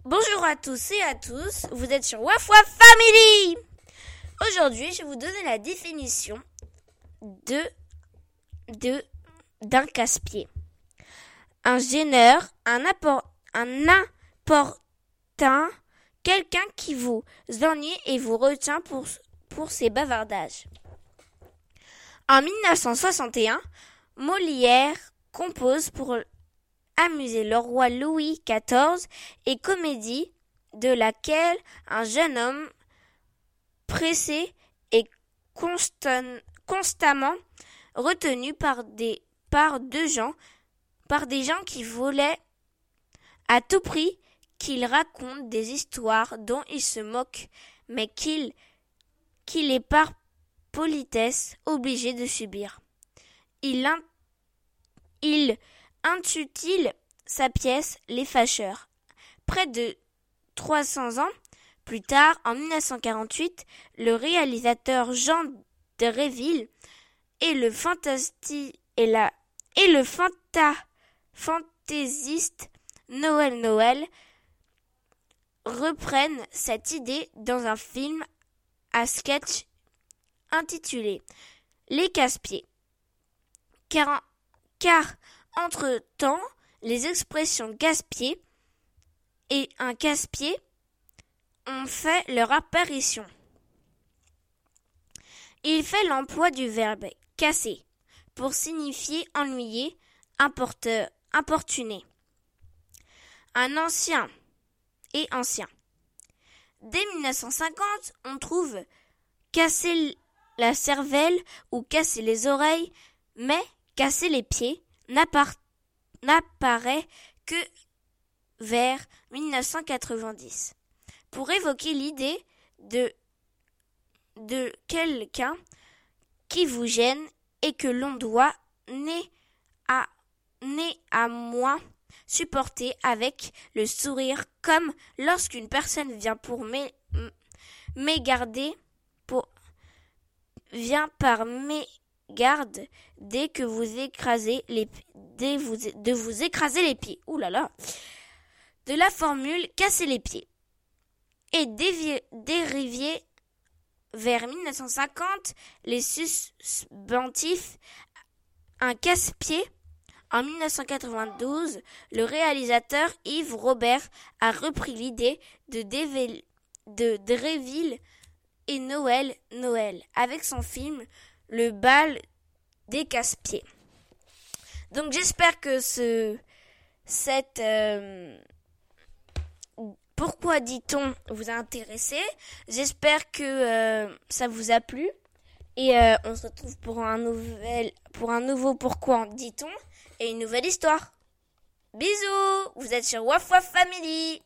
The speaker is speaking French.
Bonjour à tous et à tous, vous êtes sur Waf Waf Family. Aujourd'hui, je vais vous donner la définition d'un casse-pied. Un gêneur, un importun, quelqu'un qui vous ennuie et vous retient pour ses bavardages. En 1961, Molière compose pour amuser le roi Louis XIV et comédie de laquelle un jeune homme pressé et constamment retenu par des gens qui voulaient à tout prix qu'il raconte des histoires dont il se moque, mais qu'il est par politesse obligé de subir. Il intitule sa pièce Les Fâcheurs. Près de 300 ans plus tard, en 1948, le réalisateur Jean Dréville et le fantaisiste Noël reprennent cette idée dans un film à sketch intitulé Les Casse-Pieds. Car entre-temps, les expressions gaspiller et un casse-pied ont fait leur apparition. Il fait l'emploi du verbe casser pour signifier ennuyer, importuner. Un ancien. Dès 1950, on trouve casser la cervelle ou casser les oreilles, mais casser les pieds n'apparaît que vers 1990 pour évoquer l'idée de quelqu'un qui vous gêne et que l'on doit néanmoins supporter avec le sourire, comme lorsqu'une personne vient par mégarde dès que vous écrasez les pieds. Ouh là là. De la formule casser les pieds. Et dérivé vers 1950 les substantifs un casse-pied. En 1992, le réalisateur Yves Robert a repris l'idée de Dréville et Noël avec son film Le bal des casse-pieds. Donc j'espère que cette pourquoi dit-on vous a intéressé. J'espère que ça vous a plu. Et on se retrouve pour un nouveau pourquoi dit-on et une nouvelle histoire. Bisous, vous êtes sur Waf Waf Family.